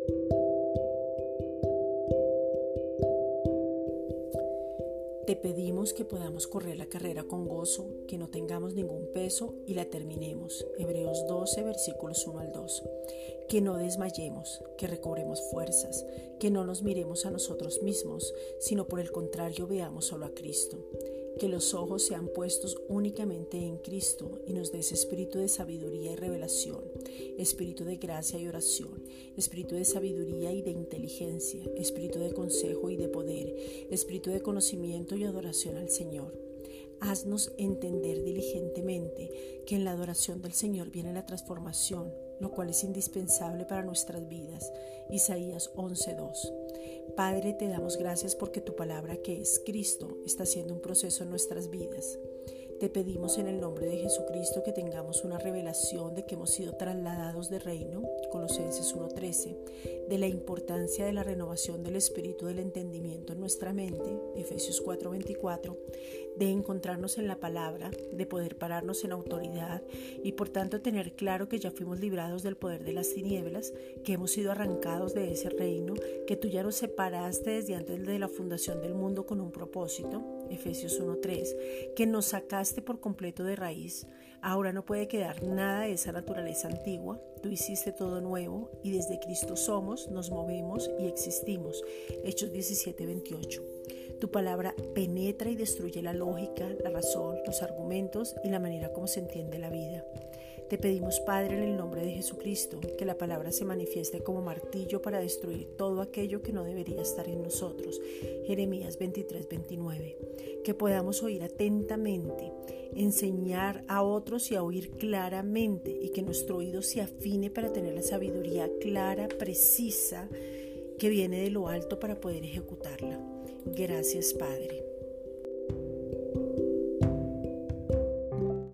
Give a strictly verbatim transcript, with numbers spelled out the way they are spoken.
Te pedimos que podamos correr la carrera con gozo, que no tengamos ningún peso y la terminemos. Hebreos doce, versículos uno al dos. Que no desmayemos, que recobremos fuerzas, que no nos miremos a nosotros mismos, sino por el contrario veamos solo a Cristo. Que los ojos sean puestos únicamente en Cristo y nos des espíritu de sabiduría y revelación, espíritu de gracia y oración, espíritu de sabiduría y de inteligencia, espíritu de consejo y de poder, espíritu de conocimiento y adoración al Señor. Haznos entender diligentemente que en la adoración del Señor viene la transformación, lo cual es indispensable para nuestras vidas. Isaías once dos. Padre, te damos gracias porque tu palabra, que es Cristo, está haciendo un proceso en nuestras vidas. Te pedimos en el nombre de Jesucristo que tengamos una revelación de que hemos sido trasladados de reino, Colosenses uno trece, de la importancia de la renovación del espíritu del entendimiento en nuestra mente, Efesios cuatro veinticuatro, de encontrarnos en la palabra, de poder pararnos en autoridad y por tanto tener claro que ya fuimos librados del poder de las tinieblas, que hemos sido arrancados de ese reino, que tú ya nos separaste desde antes de la fundación del mundo con un propósito, Efesios uno tres, que nos sacaste por completo de raíz. Ahora no puede quedar nada de esa naturaleza antigua. Tú hiciste todo nuevo y desde Cristo somos, nos movemos y existimos. Hechos diecisiete veintiocho. Tu palabra penetra y destruye la lógica, la razón, los argumentos y la manera como se entiende la vida. Te pedimos, Padre, en el nombre de Jesucristo, que la palabra se manifieste como martillo para destruir todo aquello que no debería estar en nosotros. Jeremías veintitrés veintinueve. Que podamos oír atentamente, enseñar a otros y a oír claramente, y que nuestro oído se afine para tener la sabiduría clara, precisa, que viene de lo alto para poder ejecutarla. Gracias, Padre.